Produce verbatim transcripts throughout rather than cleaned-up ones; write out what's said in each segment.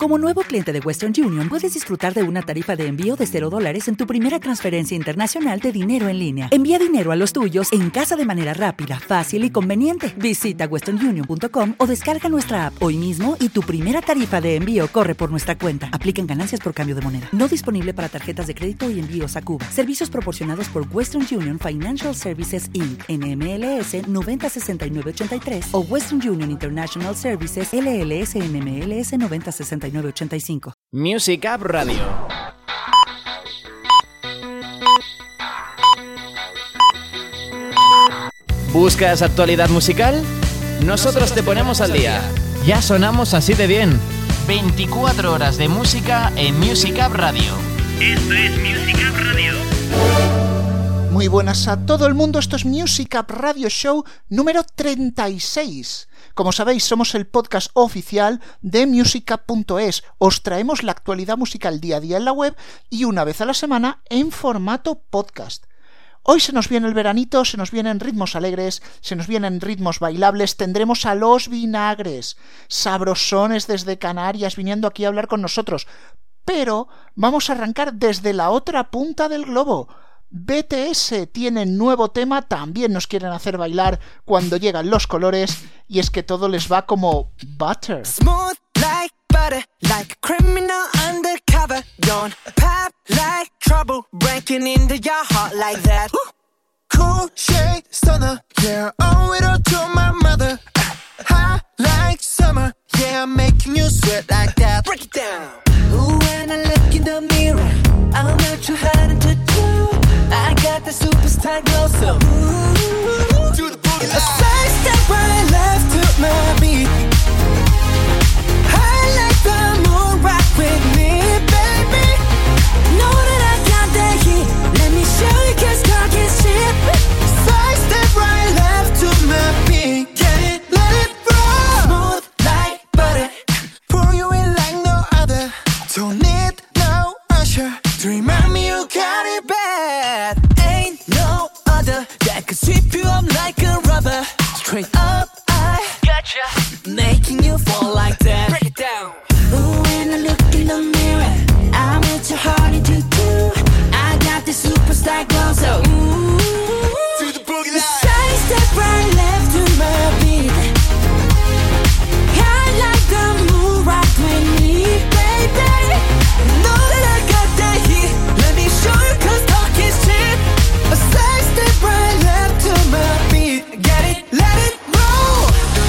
Como nuevo cliente de Western Union, puedes disfrutar de una tarifa de envío de cero dólares en tu primera transferencia internacional de dinero en línea. Envía dinero a los tuyos en casa de manera rápida, fácil y conveniente. Visita western union punto com o descarga nuestra app hoy mismo y tu primera tarifa de envío corre por nuestra cuenta. Aplican ganancias por cambio de moneda. No disponible para tarjetas de crédito y envíos a Cuba. Servicios proporcionados por Western Union Financial Services incorporated. N M L S noventa sesenta y nueve ochenta y tres o Western Union International Services L L S N M L S noventa sesenta y nueve ochenta y cinco. Music Up Radio. ¿Buscas actualidad musical? Nosotros te ponemos al día. Ya sonamos así de bien. veinticuatro horas de música en Music Up Radio. Esto es Music Up Radio. Muy buenas a todo el mundo, esto es Music Up Radio Show número treinta y seis. Como sabéis, somos el podcast oficial de music up punto es. Os traemos la actualidad musical día a día en la web y una vez a la semana en formato podcast. Hoy se nos viene el veranito, se nos vienen ritmos alegres, se nos vienen ritmos bailables, tendremos a Los Vinagres, sabrosones desde Canarias viniendo aquí a hablar con nosotros. Pero vamos a arrancar desde la otra punta del globo. B T S tiene nuevo tema, también nos quieren hacer bailar cuando llegan los colores, y es que todo les va como butter. Smooth like butter, like a criminal undercover. Don't pop like trouble, breaking into your heart like that. Cool shade stunner, yeah, owe it all to my mother. Hot like summer, yeah, I'm making you sweat like that. Break it down. Ooh, when I look in the mirror, I'm not too hard to do. I got the superstar glow, so ooh, to the boogie line. A side step right left to my beat. I like the moon, rock with me, baby. Know that I got that heat. Let me show you, 'cause talk is cheap. Side step right left to my beat. Get it, let it roll. Smooth like butter, pour you in like no other. Don't need no usher to remind me you got it bad. Ain't no other that could sweep you up like a rubber. Straight up, I gotcha, making you fall like that. Break it down. Ooh, when I look in the mirror, I'm at your heart into two. I got the superstar glow, so ooh, to the boogie line. Side step right left to my beat. I like the moon, rock with me, baby. Know that I got that heat. Let me show you, 'cause talk is cheap. A side step right left to my beat. Get it, let it roll.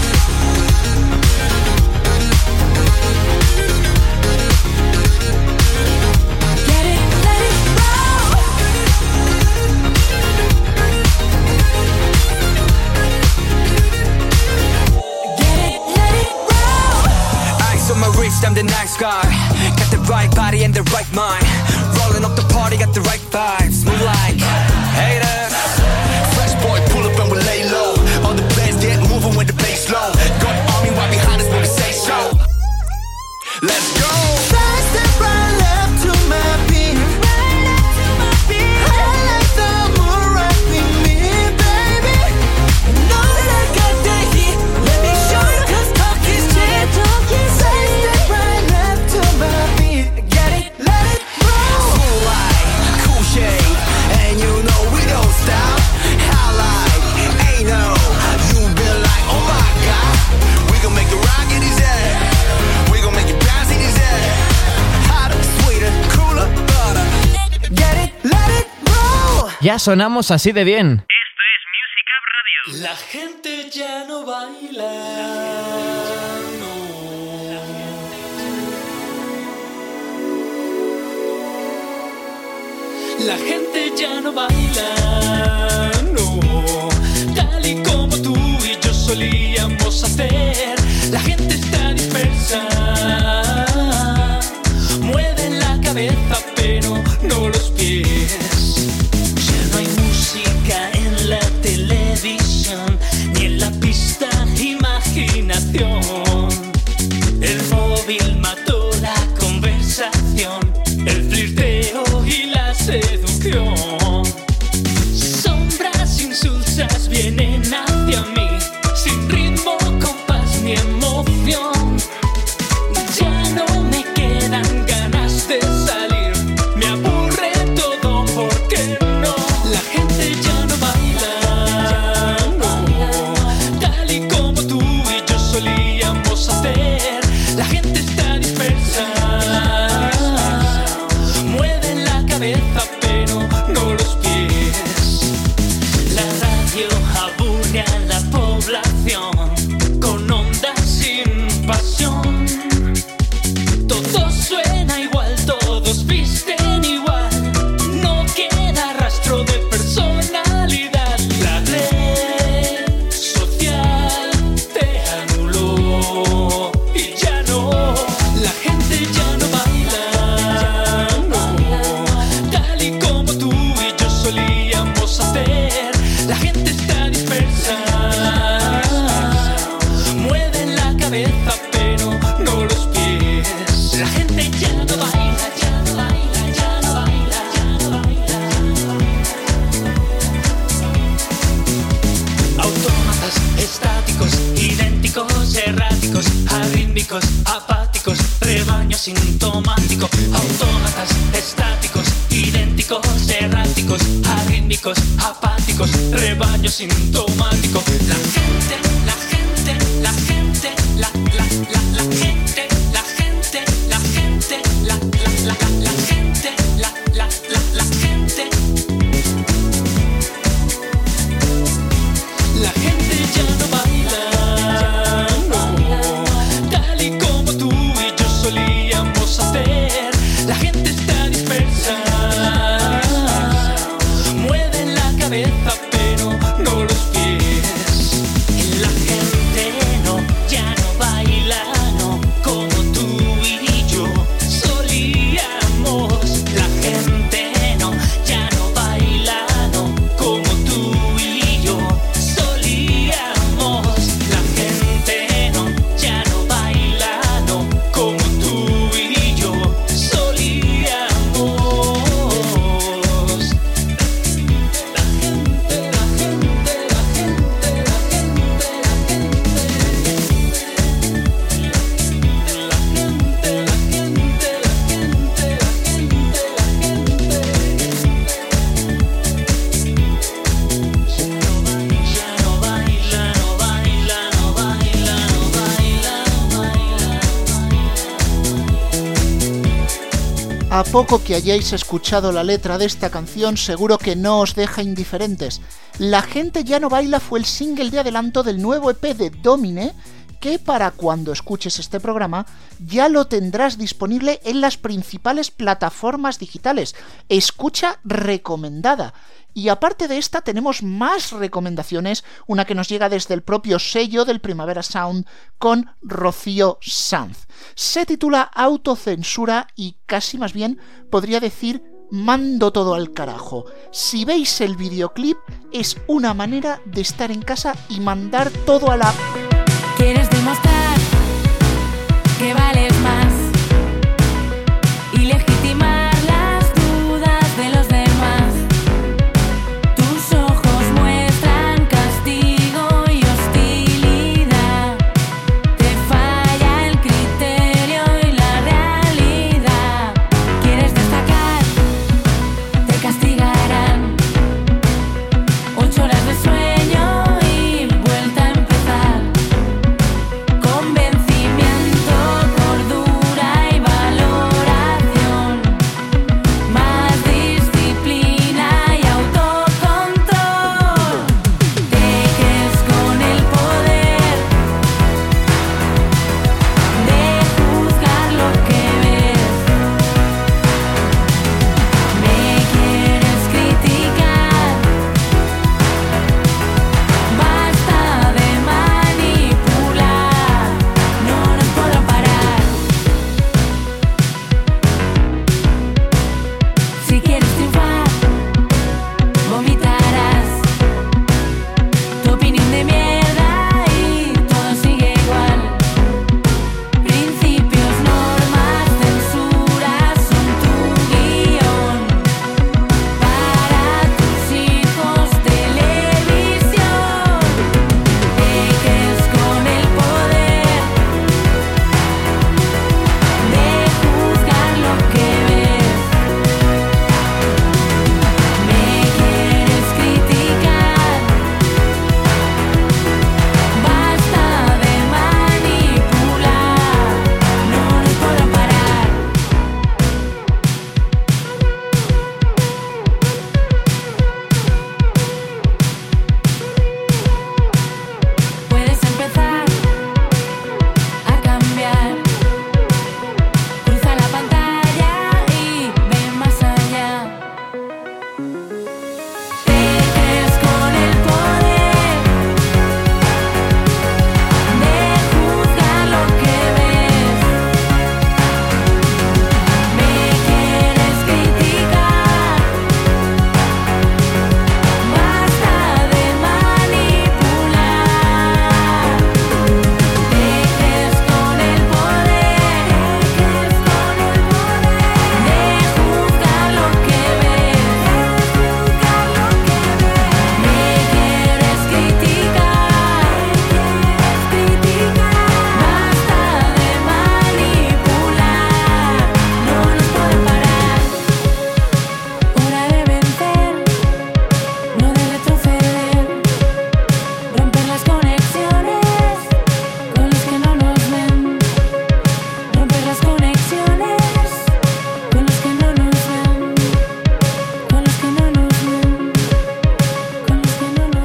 Get it, let it roll. Get it, let it roll. Eyes on my wrist, I'm the nice guy. Got the right body and the right mind. Rolling up the party, got the right vibes. Move like haters. Fresh boy, pull up and we lay low. All the players get moving with the bass low. Got the army right behind us when we say so. Let's go. Side step right left to my beat. Right left to my beat. I like the moon, rock with me, baby. Know that I got that heat. Let me show you, 'cause talk is cheap. Side step right left to my beat. Get it, let it roll. Cool light, cool shade, and you know we don't stop. Highlight, ain't no, you been like, oh my god. We gon' make the rock in his head. We gon' make it bounce in his head. Hotter, sweeter, cooler, butter. Get it, let it roll. Ya sonamos así de bien. Esto es Music Up Radio. La gente ya no baila. No. La gente ya no baila. No. Tal y como tú y yo solíamos hacer. La gente está dispersa. Mueven la cabeza pero no los pies. Ya no hay música en la televisión ni en la pista imaginación. El móvil mató la conversación, el flirteo y la seducción. Sombras insulsas vienen hacia mí, sin ritmo, compás ni emoción. Ya está dispersa. Mueven la cabeza pero no los pies. La radio aburre a la población con ondas sin pasión. Todo suena igual, todos visten igual. No queda rastro de personalidad. La red social te anuló y ya no. La gente ya no baila, no, tal y como tú y yo solíamos hacer. La gente está dispersa. Mueven la cabeza pero no los pies. La gente ya no baila, ya no baila, ya no baila, ya no baila. Autómatas, estáticos, idénticos, erráticos, arrítmicos, apáticos, rebaño sintomático. Autómatas, estáticos, idénticos, erráticos, arrítmicos, apáticos, rebaño sintomático. La gente, la gente, la gente, la, la, la, la gente, la gente, la gente, la, la, la, la, la gente, la, la, la, la gente. La gente ya no baila, no, tal y como tú y yo solíamos hacer. La gente está dispersa. Mueven la cabeza pero no los pies. La gente no, ya no baila, no, como tú y yo solíamos. La gente no, ya no baila, no, como tú y yo solíamos. La gente no, ya no baila, no, como tú y yo solíamos. La gente, la gente, la gente, la gente, la gente. La gente, la gente, la gente, la gente, la gente. Ya no baila, no baila, no baila, no baila, no baila. A poco que hayáis escuchado la letra de esta canción, seguro que no os deja indiferentes. La gente ya no baila fue el single de adelanto del nuevo E P de Domine, que para cuando escuches este programa ya lo tendrás disponible en las principales plataformas digitales. Escucha recomendada. Y aparte de esta tenemos más recomendaciones, una que nos llega desde el propio sello del Primavera Sound con Rocío Sanz. Se titula Autocensura y casi más bien podría decir mando todo al carajo. Si veis el videoclip es una manera de estar en casa y mandar todo a la... Quieres demostrar que vales más y legitimar las dudas de los demás. Tus ojos muestran castigo y hostilidad. Te falla el criterio y la realidad. Quieres destacar, te castigarán. Ocho horas de sueño y vuelta a empezar.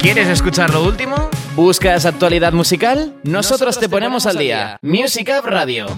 ¿Quieres escuchar lo último? ¿Buscas actualidad musical? Nosotros, Nosotros te ponemos al día. Music Up Radio.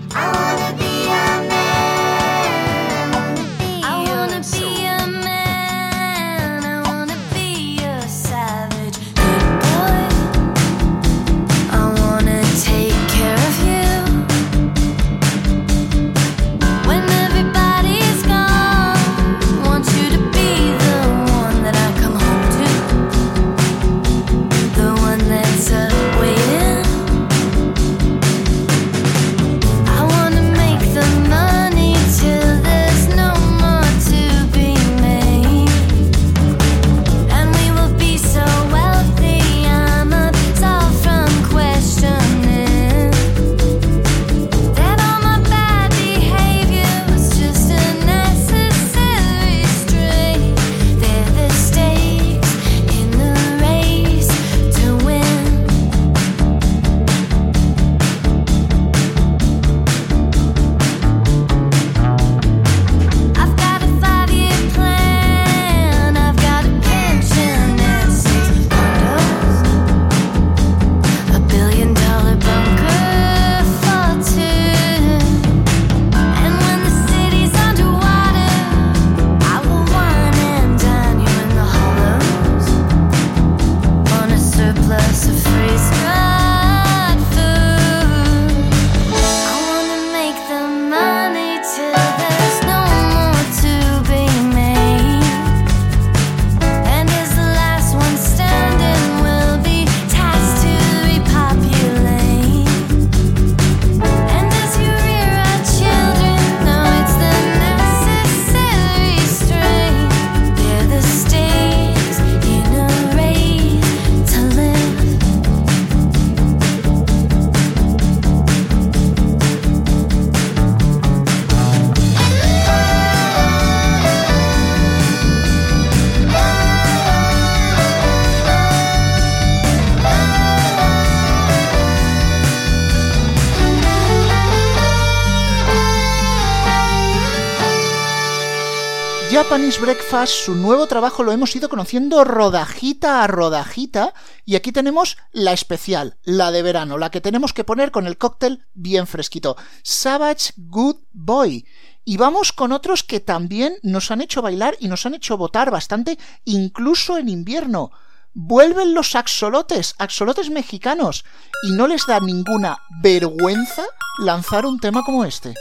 Japanese Breakfast, su nuevo trabajo lo hemos ido conociendo rodajita a rodajita, y aquí tenemos la especial, la de verano, la que tenemos que poner con el cóctel bien fresquito, Savage Good Boy. Y vamos con otros que también nos han hecho bailar y nos han hecho votar bastante, incluso en invierno. Vuelven los axolotes, axolotes mexicanos, y no les da ninguna vergüenza lanzar un tema como este.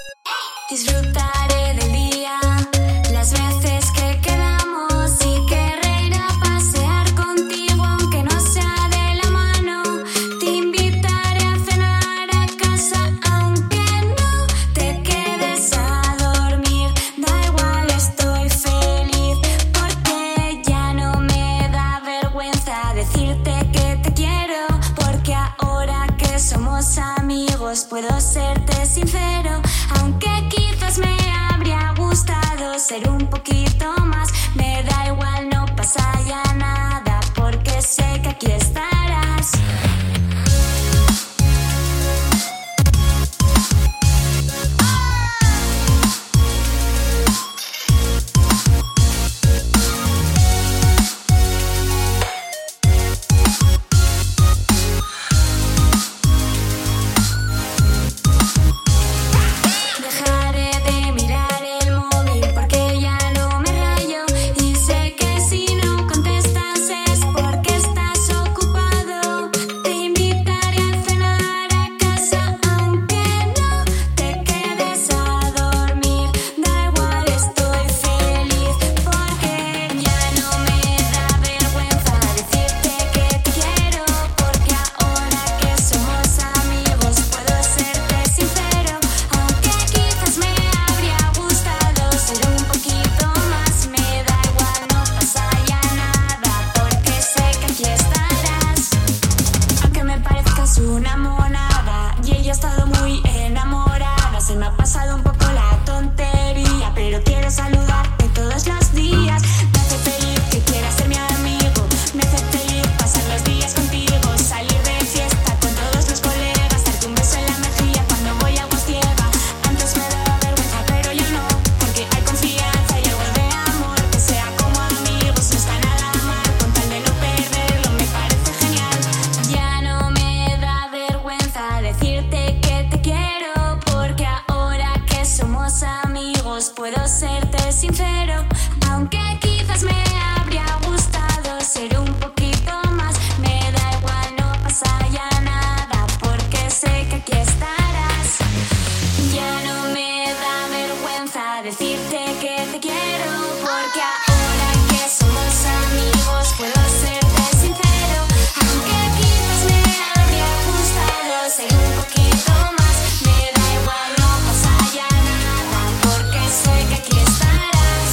Disfrutaré del día, las veces que quedamos, y querré ir a pasear contigo aunque no sea de la mano. Te invitaré a cenar a casa aunque no te quedes a dormir. Da igual, estoy feliz porque ya no me da vergüenza decirte que te quiero, porque ahora que somos amigos puedo serte sincero. Aunque quizás me habría gustado ser un poquito más, me da igual, no pasa ya nada, porque sé que aquí estarás. Dejaré de mirar el móvil porque ya no me rayo. amigos, puedo serte sincero, aunque quizás me habría gustado ser un poquito más. Me da igual, no pasa ya nada, porque sé que aquí estarás. Ya no me da vergüenza decirte que te quiero, porque ahora que somos amigos puedo serte sincero, aunque quizás me habría gustado ser un poquito más. Me da igual, no pasa ya nada, porque sé que aquí estarás.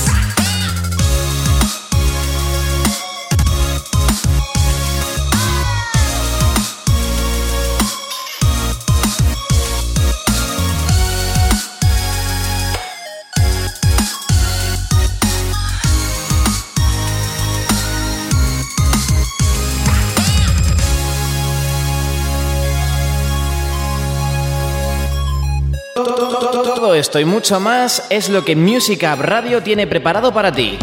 Todo esto y mucho más es lo que Music Up Radio tiene preparado para ti.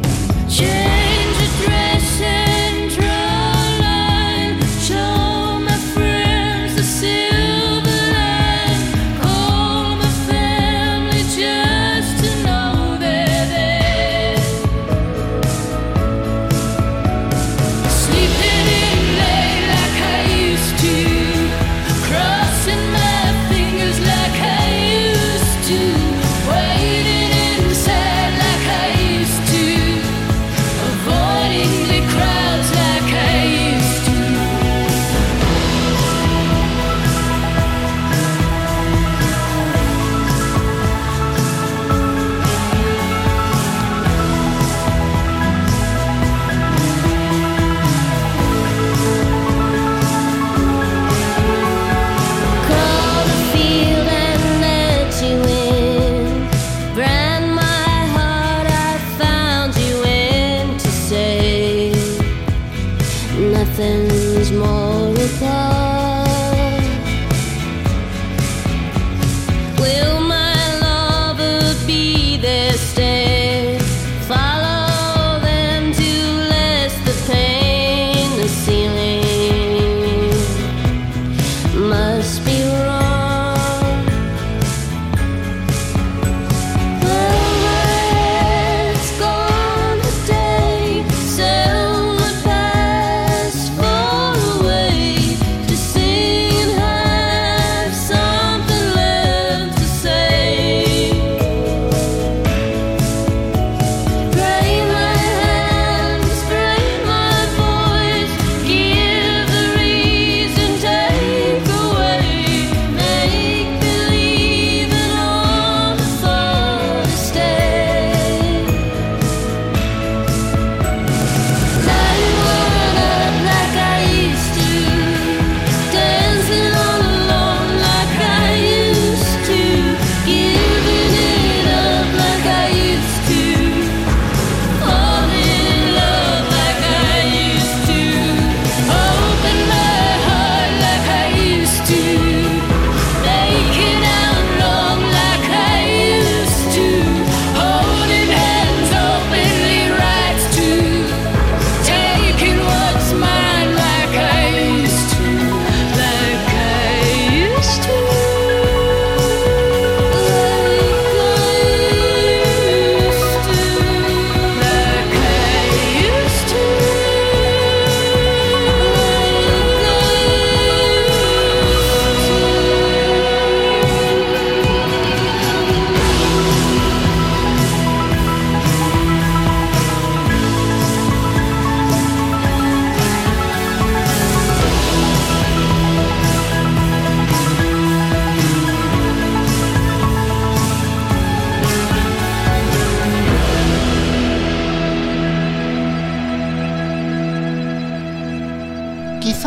Change the dress and draw a line. Show me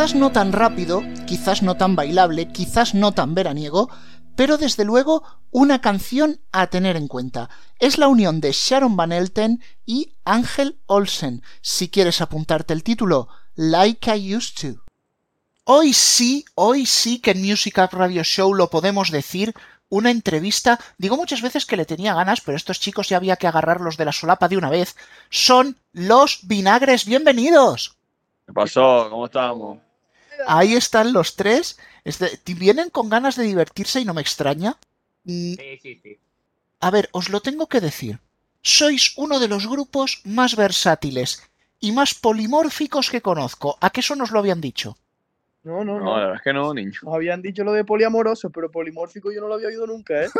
Quizás no tan rápido, quizás no tan bailable, quizás no tan veraniego, pero desde luego una canción a tener en cuenta. Es la unión de Sharon Van Elten y Ángel Olsen. Si quieres apuntarte el título, Like I Used To. Hoy sí, hoy sí que en Music Up Radio Show lo podemos decir, una entrevista, digo muchas veces que le tenía ganas, pero estos chicos ya había que agarrarlos de la solapa de una vez. Son los Vinagres, bienvenidos. ¿Qué pasó? ¿Cómo estamos? Ahí están los tres. Este, vienen con ganas de divertirse y no me extraña. Sí, sí, sí. A ver, os lo tengo que decir. Sois uno de los grupos más versátiles y más polimórficos que conozco. ¿A qué eso nos lo habían dicho? No, no, No, no. la verdad es que no, niño. Nos habían dicho lo de poliamoroso, pero polimórfico yo no lo había oído nunca, ¿eh?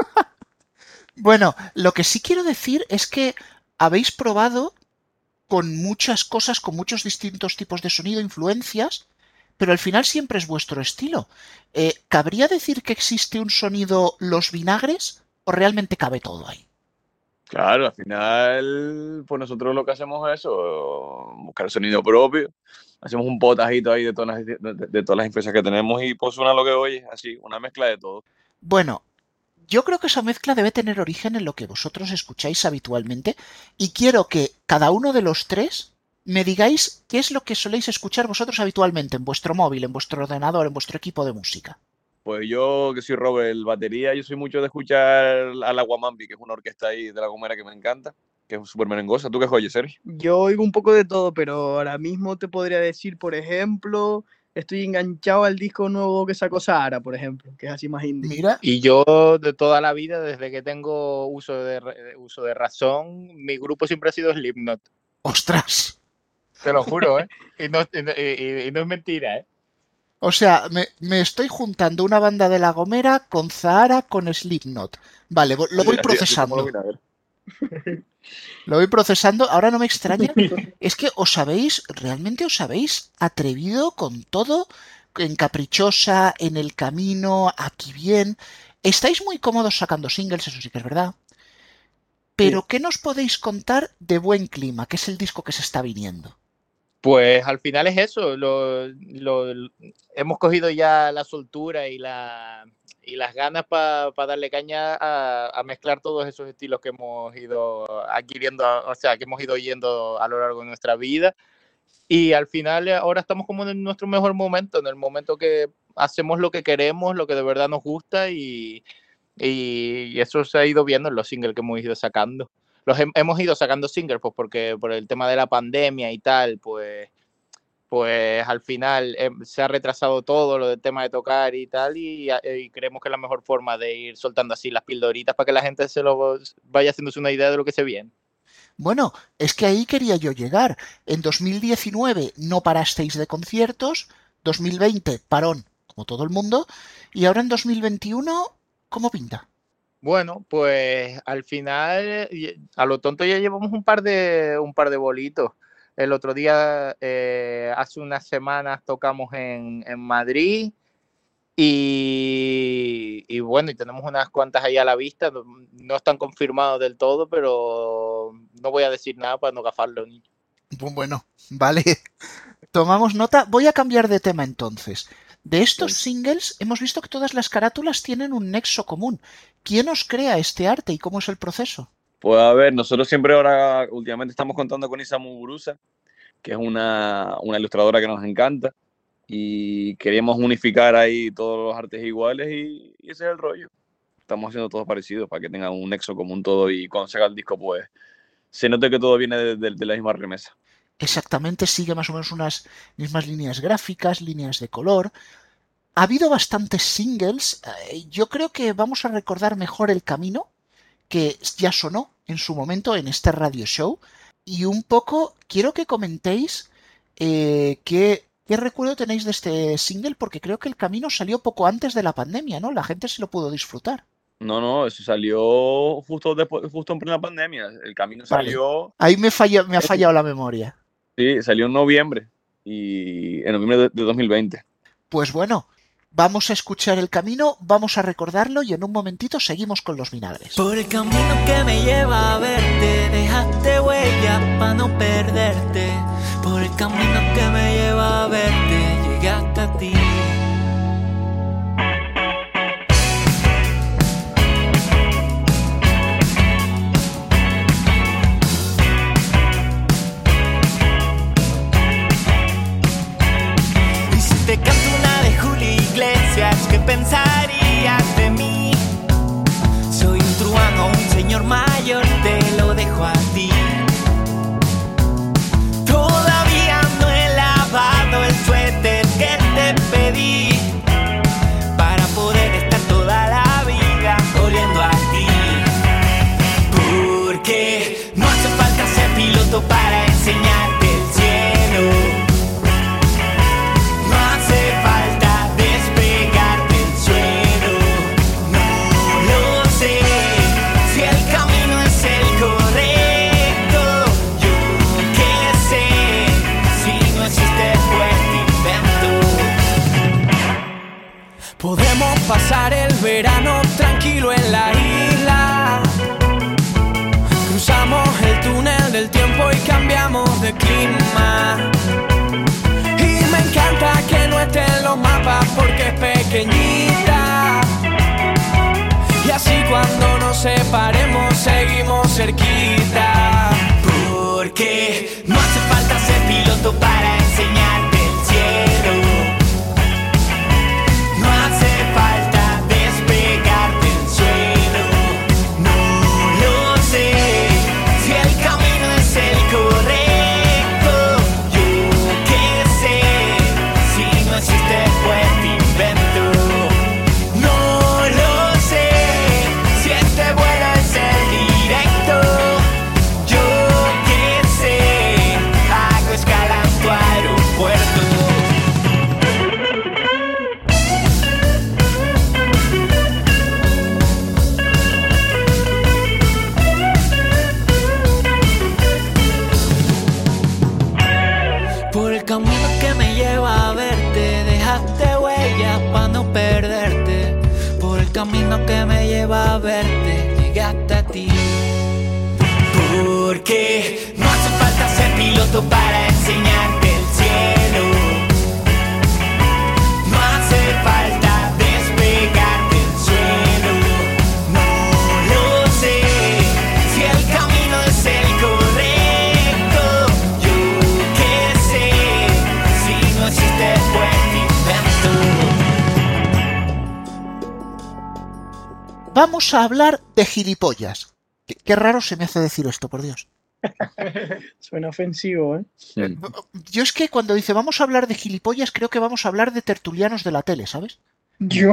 Bueno, lo que sí quiero decir es que habéis probado con muchas cosas, con muchos distintos tipos de sonido, influencias, pero al final siempre es vuestro estilo. Eh, ¿Cabría decir que existe un sonido Los Vinagres o realmente cabe todo ahí? Claro, al final, pues nosotros lo que hacemos es eso, buscar el sonido propio. Hacemos un potajito ahí de todas las, de, de, de todas las influencias que tenemos y pues suena lo que oyes, así, una mezcla de todo. Bueno, yo creo que esa mezcla debe tener origen en lo que vosotros escucháis habitualmente y quiero que cada uno de los tres me digáis qué es lo que soléis escuchar vosotros habitualmente en vuestro móvil, en vuestro ordenador, en vuestro equipo de música. Pues yo, que soy Robert, el batería, yo soy mucho de escuchar a la Guamambi, que es una orquesta ahí de La Gomera que me encanta, que es súper merengosa. ¿Tú qué oyes, Sergio? Yo oigo un poco de todo, pero ahora mismo te podría decir, por ejemplo, estoy enganchado al disco nuevo que sacó Sahara, por ejemplo, que es así más indie. Mira, Y yo de toda la vida, desde que tengo uso de, re- uso de razón, mi grupo siempre ha sido Slipknot. ostras. Te lo juro, ¿eh? Y no, y no- y- y no es mentira, ¿eh? O sea, me, me estoy juntando una banda de La Gomera con Zahara con Slipknot. Vale, vo- lo voy Así- así- así como procesando. lo vine a ver. Lo voy procesando. Ahora no me extraña. Es que os habéis, realmente os habéis atrevido con todo. En Caprichosa, en El Camino, Aquí Bien. Estáis muy cómodos sacando singles, eso sí que es verdad. Pero, ¿qué nos podéis contar de Buen Clima, que es el disco que se está viniendo? Pues al final es eso, lo, lo- hemos cogido ya la soltura y, la, y las ganas para darle caña a, a mezclar todos esos estilos que hemos ido adquiriendo, o sea, que hemos ido oyendo a lo largo de nuestra vida. Y al final eh, ahora estamos como en nuestro mejor momento, en el momento que hacemos lo que queremos, lo que de verdad nos gusta y, y, y eso se ha ido viendo en los singles que hemos ido sacando. Los hem- hemos ido sacando singles pues porque por el tema de la pandemia y tal, pues, pues al final eh, se ha retrasado todo lo del tema de tocar y tal y, eh, y creemos que es la mejor forma de ir soltando así las pildoritas para que la gente se lo vaya haciéndose una idea de lo que se viene. Bueno, es que ahí quería yo llegar. En dos mil diecinueve no parasteis de conciertos, dos mil veinte parón, como todo el mundo, y ahora en dos mil veintiuno, ¿cómo pinta? Bueno, pues al final, y- a lo tonto ya llevamos un par de, un par de bolitos. El otro día, eh, hace unas semanas, tocamos en, en Madrid y, y bueno, y tenemos unas cuantas ahí a la vista. No, no están confirmados del todo, pero no voy a decir nada para no gafarlo. Ni. Bu- Bueno, vale. Tomamos nota. Voy a cambiar de tema entonces. De estos singles hemos visto que todas las carátulas tienen un nexo común. ¿Quién os crea este arte y cómo es el proceso? Pues a ver, nosotros siempre ahora, últimamente estamos contando con Isa Muguruza, que es una, una ilustradora que nos encanta, y queríamos unificar ahí todos los artes iguales y, y ese es el rollo. Estamos haciendo todo parecido para que tengan un nexo común todo y cuando se haga el disco, pues se note que todo viene de, de- de la misma remesa. Exactamente, sigue más o menos unas mismas líneas gráficas, líneas de color. Ha habido bastantes singles. eh, Yo creo que vamos a recordar mejor El Camino, que ya sonó en su momento en este radio show. Y un poco quiero que comentéis eh, qué, qué recuerdo tenéis de este single, porque creo que El Camino salió poco antes de la pandemia, ¿no? La gente se lo pudo disfrutar. No, no, eso salió justo después, justo en plena pandemia. El camino Vale. salió, Ahí me, falla, me ha fallado la memoria. sí, salió en noviembre y en noviembre de, de dos mil veinte. Pues bueno, vamos a escuchar El Camino, vamos a recordarlo y en un momentito seguimos con los vinagres. Por el camino que me lleva a verte, dejaste huella para no perderte. Por el camino que me lleva a verte, llegué hasta ti. Y si te canto una de Julio Iglesias, ¿qué pensarías de mí? Soy un truano, un señor mayor, te lo dejo a ti. Todavía no he lavado el suéter que te pedí para poder estar toda la vida oliendo a ti. Porque no hace falta ser piloto para enseñarte el cielo. No hace falta despegarte el suelo. No lo sé si el camino es el correcto. Yo qué sé, si no existe pues te invento. Podemos pasar el verano tranquilo en la isla. Cruzamos el túnel del tiempo y cambiamos de clima. Y me encanta que no esté en los mapas porque es pequeñita. Y así cuando nos separemos seguimos cerquita. Porque no hace falta ser piloto para enseñarte el cielo. No hace falta despegarte el suelo. No lo sé si el camino es el correcto. Yo qué sé, si no existe pues te invento. No lo sé si este vuelo es el directo. Yo qué sé, hago escala en tu aeropuerto. Por el camino que me lleva a verte, dejaste huellas para no perderte. Por el camino que me lleva a verte, llegué hasta ti. Porque no hace falta ser piloto para enseñarte el cielo. No hace falta despegarte el suelo. No lo sé si el camino es el correcto. Yo qué sé, si no existe pues te invento. Vamos a hablar de gilipollas. Qué, qué raro se me hace decir esto, por Dios. Suena ofensivo, ¿eh? Yo es que cuando dice vamos a hablar de gilipollas, creo que vamos a hablar de tertulianos de la tele, ¿sabes? Yo.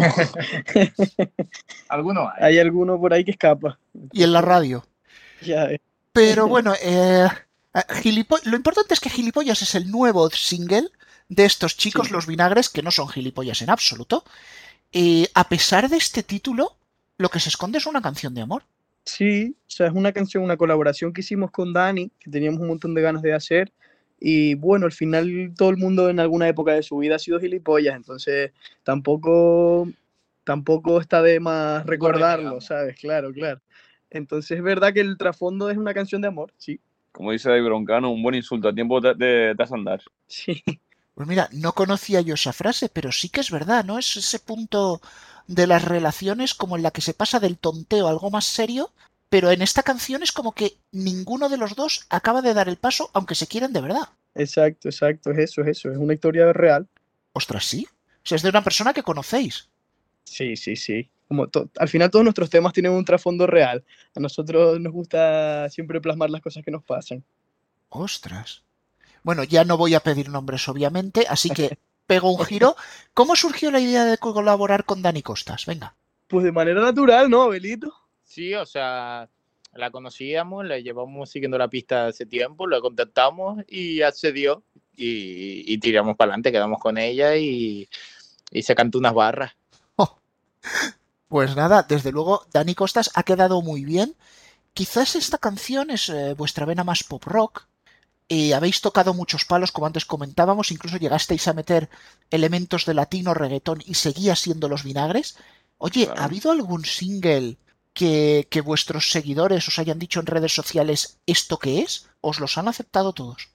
Alguno hay. Hay alguno por ahí que escapa. Y en la radio. Ya ves. Pero bueno, eh, gilipo- lo importante es que Gilipollas es el nuevo single de estos chicos, Sí. Los Vinagres, que no son gilipollas en absoluto. Y a pesar de este título, lo que se esconde es una canción de amor. Sí, o sea, es una canción, una colaboración que hicimos con Dani, que teníamos un montón de ganas de hacer. Y bueno, al final todo el mundo en alguna época de su vida ha sido gilipollas, entonces tampoco, tampoco está de más recordarlo, ¿sabes? Claro, claro. Entonces es verdad que el trasfondo es una canción de amor, sí. Como dice David Broncano, un buen insulto a tiempo de, de, de andar. Sí. Pues mira, no conocía yo esa frase, pero sí que es verdad, ¿no? Es ese punto de las relaciones como en la que se pasa del tonteo a algo más serio, pero en esta canción es como que ninguno de los dos acaba de dar el paso, aunque se quieren de verdad. Exacto, exacto, es eso, es eso, es una historia real. Ostras, sí. O sea, es de una persona que conocéis. Sí, sí, sí. Como to- al final todos nuestros temas tienen un trasfondo real. A nosotros nos gusta siempre plasmar las cosas que nos pasan. Ostras. Bueno, ya no voy a pedir nombres, obviamente, así que pego un giro. ¿Cómo surgió la idea de colaborar con Dani Costas? Venga. Pues de manera natural, ¿no, Abelito? Sí, o sea, la conocíamos, la llevamos siguiendo la pista hace tiempo, la contactamos y accedió y, y tiramos para adelante, quedamos con ella y, y se cantó unas barras. Pues nada, desde luego Dani Costas ha quedado muy bien. Quizás esta canción es eh, vuestra vena más pop rock. Y habéis tocado muchos palos, como antes comentábamos, incluso llegasteis a meter elementos de latino, reggaetón y seguía siendo Los Vinagres. Oye, Claro. ¿ha habido algún single que, que vuestros seguidores os hayan dicho en redes sociales esto qué es? ¿Os los han aceptado todos?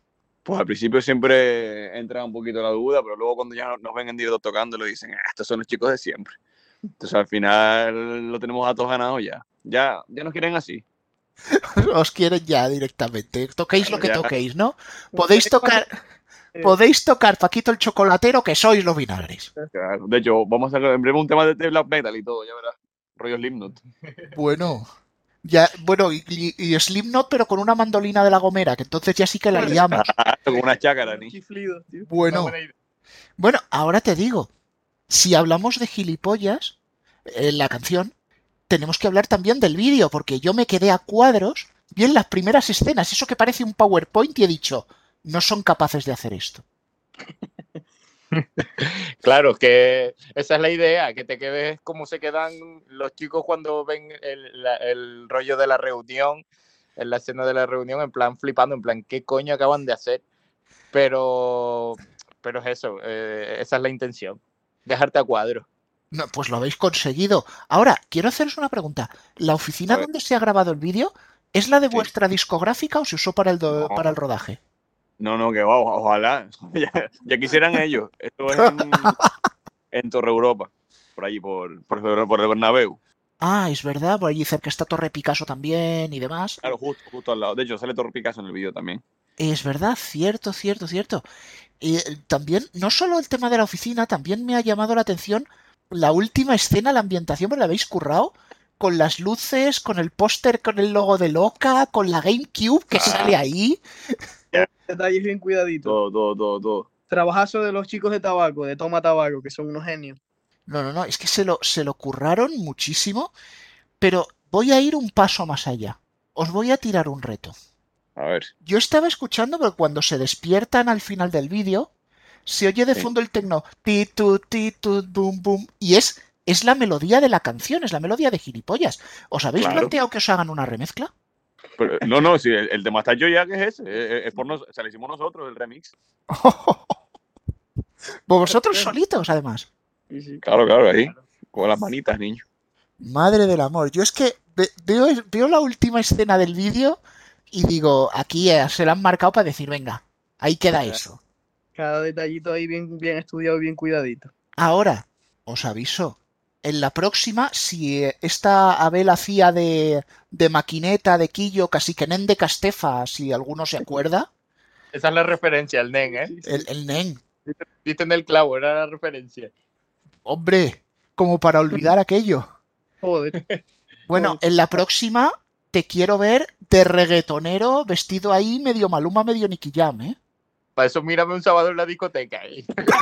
Pues al principio siempre entra un poquito la duda, pero luego cuando ya nos ven en directo tocando, le dicen, ah, estos son los chicos de siempre. Entonces al final lo tenemos a todos ganados ya. Ya, ya nos quieren así. Os quieren ya directamente. Toquéis lo que Ya. toquéis, ¿no? Podéis tocar, podéis tocar Paquito el Chocolatero, que sois los vinagres. Claro. De hecho, vamos a sacar en breve un tema de, de black metal y todo, ya verás. Rollo Slipknot. Bueno, ya, bueno, y, y, y Slipknot, pero con una mandolina de La Gomera, que entonces ya sí que la liamos. Con una chácara, ni. Chiflido, tío. Bueno, bueno, ahora te digo, si hablamos de gilipollas en la canción, tenemos que hablar también del vídeo, porque yo me quedé a cuadros, vi en las primeras escenas, eso que parece un PowerPoint, y he dicho, no son capaces de hacer esto. Claro, que esa es la idea, que te quedes como se quedan los chicos cuando ven el, la- el rollo de la reunión, en la escena de la reunión, en plan flipando, en plan, ¿qué coño acaban de hacer? Pero, pero es eso, eh, esa es la intención, dejarte a cuadro. No, pues lo habéis conseguido. Ahora, quiero haceros una pregunta. ¿La oficina A ver. donde se ha grabado el vídeo es la de Sí. vuestra discográfica o se usó para el, do- No. para el rodaje? No, no, que va, o- ojalá. ya, ya quisieran ellos. Esto es en, en Torre Europa, por allí, por, por, por el Bernabéu. Ah, es verdad, por allí cerca está Torre Picasso también y demás. Claro, justo, justo al lado. De hecho, sale Torre Picasso en el vídeo también. Es verdad, cierto, cierto, cierto. Y eh, también, no solo el tema de la oficina, también me ha llamado la atención la última escena, la ambientación, porque la habéis currado con las luces, con el póster, con el logo de Loca, con la GameCube que sale ahí. Detalles bien cuidaditos. Todo, todo, todo, todo. Trabajazo de los chicos de Tabaco, de Toma Tabaco, que son unos genios. No, no, no, es que se lo, se lo curraron muchísimo, pero voy a ir un paso más allá. Os voy a tirar un reto. A ver. Yo estaba escuchando, pero cuando se despiertan al final del vídeo, se oye de Sí. fondo el tecno, ti tu ti tu boom boom, y es, es la melodía de la canción, es la melodía de Gilipollas. ¿Os habéis Claro. planteado que os hagan una remezcla? Pero, no, no, sí, el, el tema está yo ya, que es ese. Es, es por nos, o sea, le hicimos nosotros el remix. Vosotros solitos, además. Sí, sí. Claro, claro, ahí. Con las manitas, niño. Madre del amor. Yo es que ve- veo, veo la última escena del vídeo y digo, aquí eh, se la han marcado para decir, venga, ahí queda eso. Cada detallito ahí bien, bien estudiado y bien cuidadito. Ahora, os aviso, en la próxima, si eh, esta Abel hacía de, de maquineta, de quillo, casi que nen de Castefa, si alguno se acuerda, Esa es la referencia, el nen, ¿eh? el, el nen, Diste en el clavo, era la referencia. hombre, como para olvidar aquello. Joder. Bueno, en la próxima te quiero ver de reggaetonero vestido ahí medio Maluma, medio Nicky Jam, ¿eh? Para eso mírame un sábado en la discoteca. ¿eh?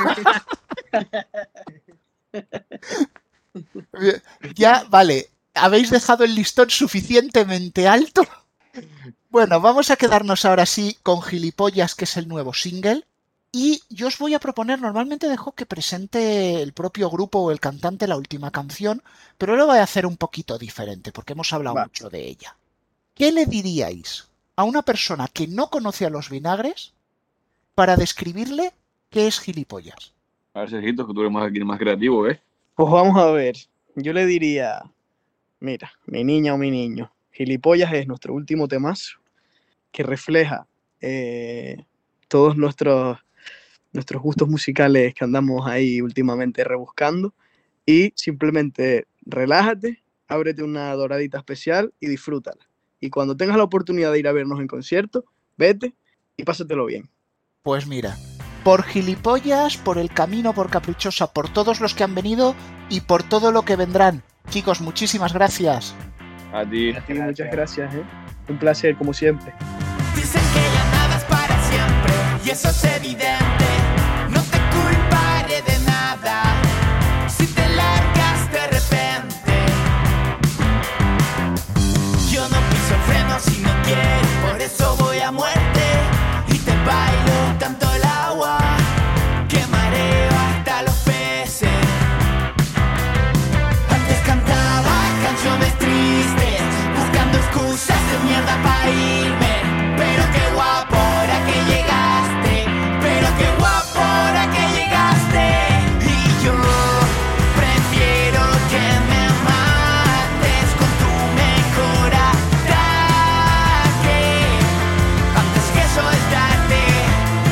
Ya, vale, habéis dejado el listón suficientemente alto. Bueno, vamos a quedarnos ahora sí con Gilipollas, que es el nuevo single. Y yo os voy a proponer, normalmente dejo que presente el propio grupo o el cantante la última canción, pero lo voy a hacer un poquito diferente, porque hemos hablado Va. mucho de ella. ¿Qué le diríais a una persona que no conoce a los vinagres para describirle qué es Gilipollas? A ver, Sergito, que tú eres más, aquí más creativo, ¿eh? Pues vamos a ver. Yo le diría, mira, mi niña o mi niño, Gilipollas es nuestro último temazo que refleja eh, todos nuestros, nuestros gustos musicales que andamos ahí últimamente rebuscando y simplemente relájate, ábrete una doradita especial y disfrútala. Y cuando tengas la oportunidad de ir a vernos en concierto, vete y pásatelo bien. Pues mira, por Gilipollas, por El Camino, por Caprichosa, por todos los que han venido y por todo lo que vendrán. Chicos, muchísimas gracias. A ti. Sí, muchas gracias, ¿eh? Un placer, como siempre. Dicen que ya nada es para siempre y eso es evidente. No te culparé de nada si te largas de repente. Yo no piso el freno si no quieres, por eso voy a muerte y te bailo, canto el agua, que mareo hasta los peces. Antes cantaba canciones tristes, buscando excusas de mierda para irme. Pero qué guapo ahora que llegaste, pero qué guapo ahora que llegaste. Y yo prefiero que me mates con tu mejor ataque, antes que soltarte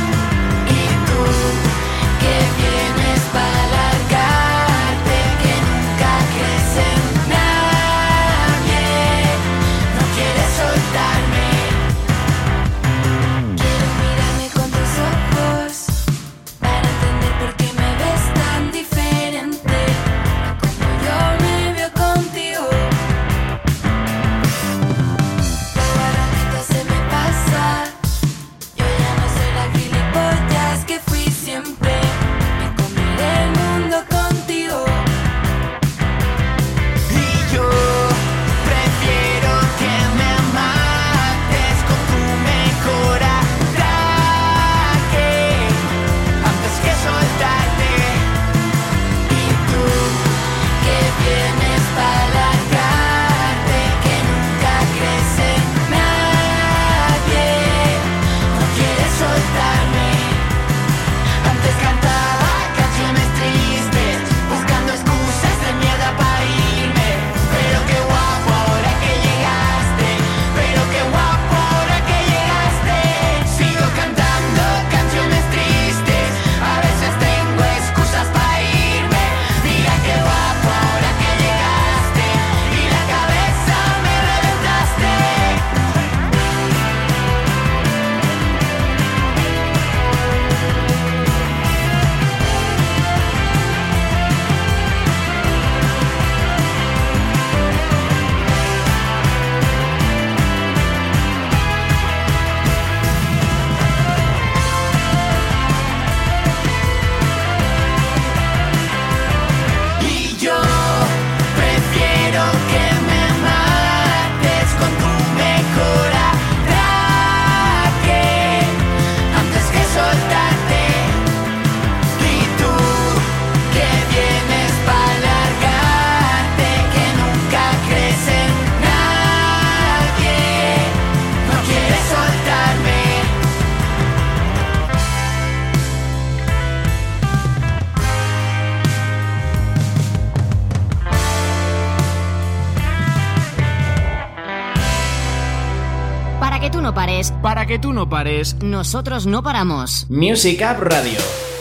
no pares. Para que tú no pares. Nosotros no paramos. Music Up Radio.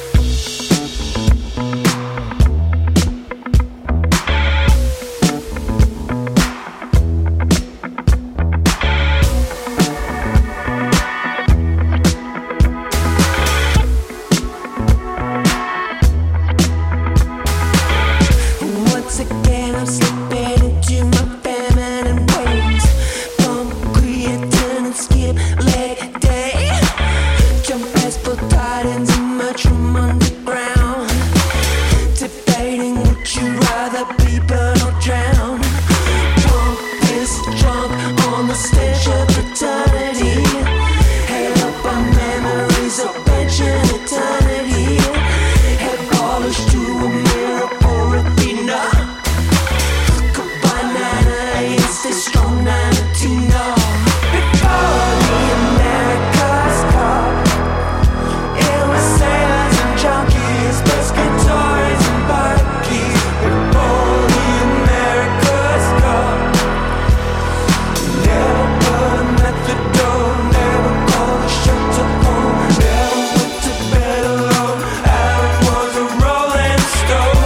Once again I'm slipping into my feminine ways. Bump, creatine and skip leg day. Jump as full titans and much from underground. Debating, would you rather be burned or drown? Pump is drunk on the stench of eternity. Hail up our memories of pension eternity. Head polished to a mirror for Athena. Goodbye Nana, stay strong Nana Tina. Before the America's Cup, it was sailors and junkies, pescators and bikies. Before the America's Cup, never put a methadone, never called a shelter home, never went to bed alone. Aaron was a rolling stone.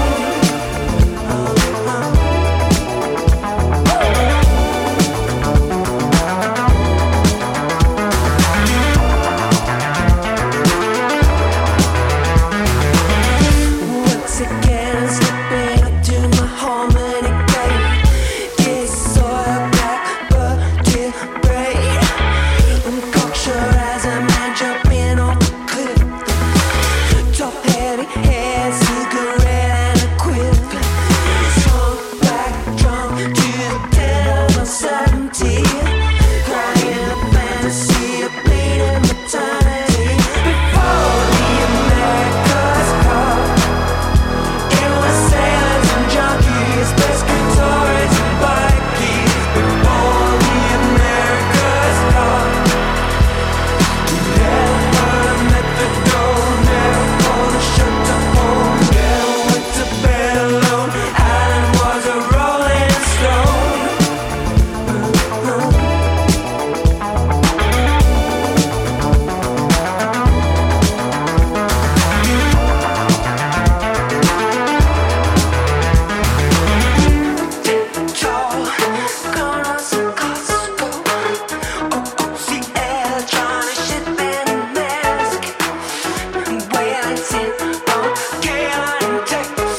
Once again I'm slipping up to my harmony gate. Yes, soil black, but till braid. I'm cocksure as a man jumping off the cliff. Top heavy hair, cigarette and a quiff. Sunk back, drunk to the dead of uncertainty. Crying a fantasy of bleeding eternity. Before the America's Cup, it was sailors and junkies, pescators and bikies. Before the America's Cup, never heard a methadone, never called a shelter home, never went to bed alone. Alan was a rolling stone. Tall, gone on some Costco. O C L trying to ship in a mask. Wellington on Carolina and Texas.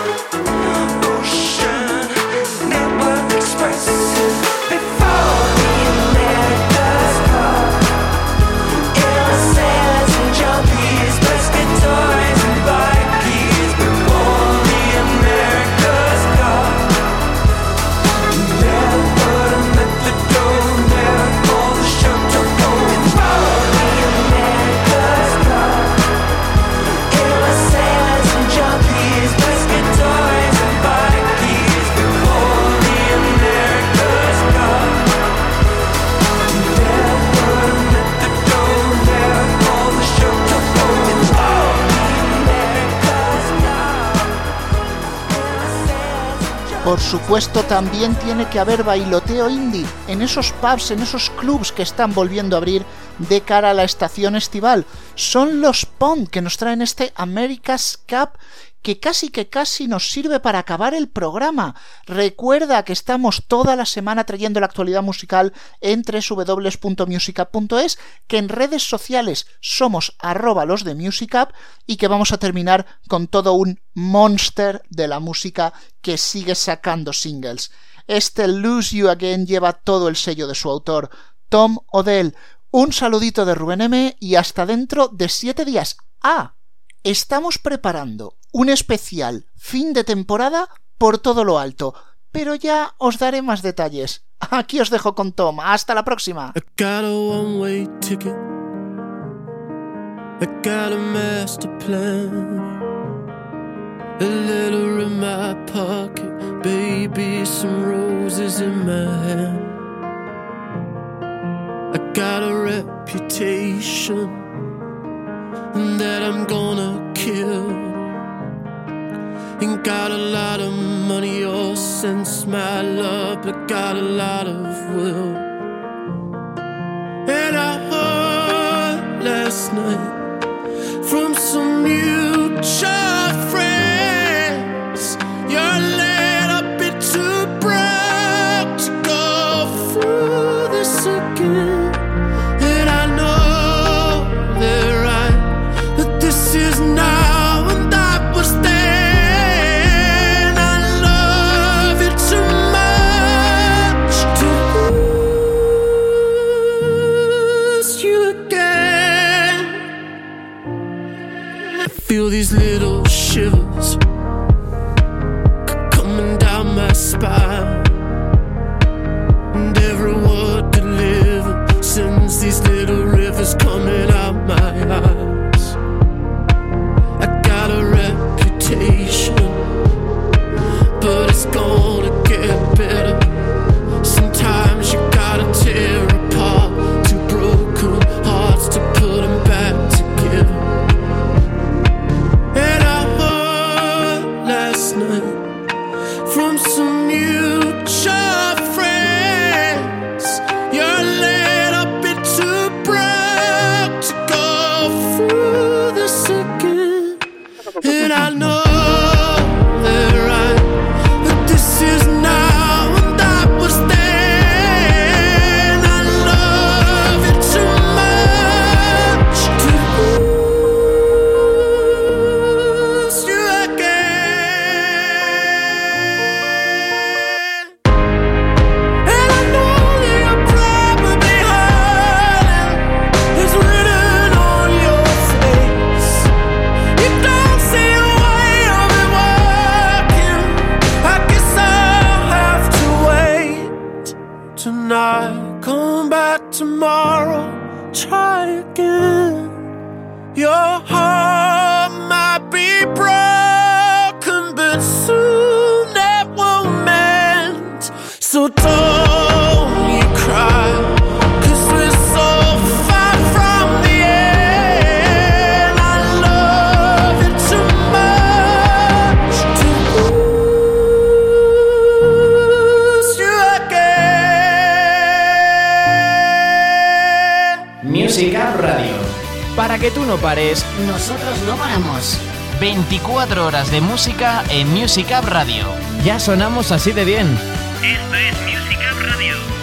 Ocean Network Express. Before the America's Cup, it was sailors and junkies, pescators and bikies. Before the America's Cup, never put a methadone, never called a shelter home. Before the America's Cup, it was sailors and junkies, pescators and bikies. Before the America's Cup, never put a methadone, never called a shelter home. Before the America's Cup, it was sailors and junkies. Por supuesto, también tiene que haber bailoteo indie en esos pubs, en esos clubs que están volviendo a abrir de cara a la estación estival. Son los Pond que nos traen este America's Cup que casi que casi nos sirve para acabar el programa. Recuerda que estamos toda la semana trayendo la actualidad musical en doble u doble u doble u punto musicup punto es, que en redes sociales somos arroba los de Musicup y que vamos a terminar con todo un monster de la música que sigue sacando singles. Este Lose You Again lleva todo el sello de su autor, Tom Odell. Un saludito de Rubén M y hasta dentro de siete días. Ah, estamos preparando un especial fin de temporada por todo lo alto, pero ya os daré más detalles. Aquí os dejo con Tom. Hasta la próxima. I got a one-way ticket. I got a master plan. A letter in my pocket, baby, some roses in my hand. I got a reputation that I'm gonna kill. Ain't got a lot of money or sense, my love, but got a lot of will. And last night from some mutual friends. You're laid a bit too broke to go through this again. And I know they're right, that this is now and that was then. I love it too much to lose you again. I feel these little shivers coming down my spine, and every word delivered sends these little rivers coming out my eyes. I got a reputation, but it's gonna get better. Sometimes you gotta tear apart two broken hearts to put them back together. And I heard last night from some mutual friends, you're laid a bit too broke to go through this again. And I know they're right, that this is now and that was then. I love it too much to lose you again. And I know that you're probably hurting. It's written on your face. You don't see a way of it working. I guess I'll have to wait tonight. Come back tomorrow, try again. Your heart might be broken, but soon it will mend. So don't you cry, 'cause we're so far from the end. I love it too much to lose you again. Music Up Radio. Para que tú no pares, Nosotros no paramos. veinticuatro horas de música en Music Up Radio. Ya sonamos así de bien. Esto es Music Up Radio.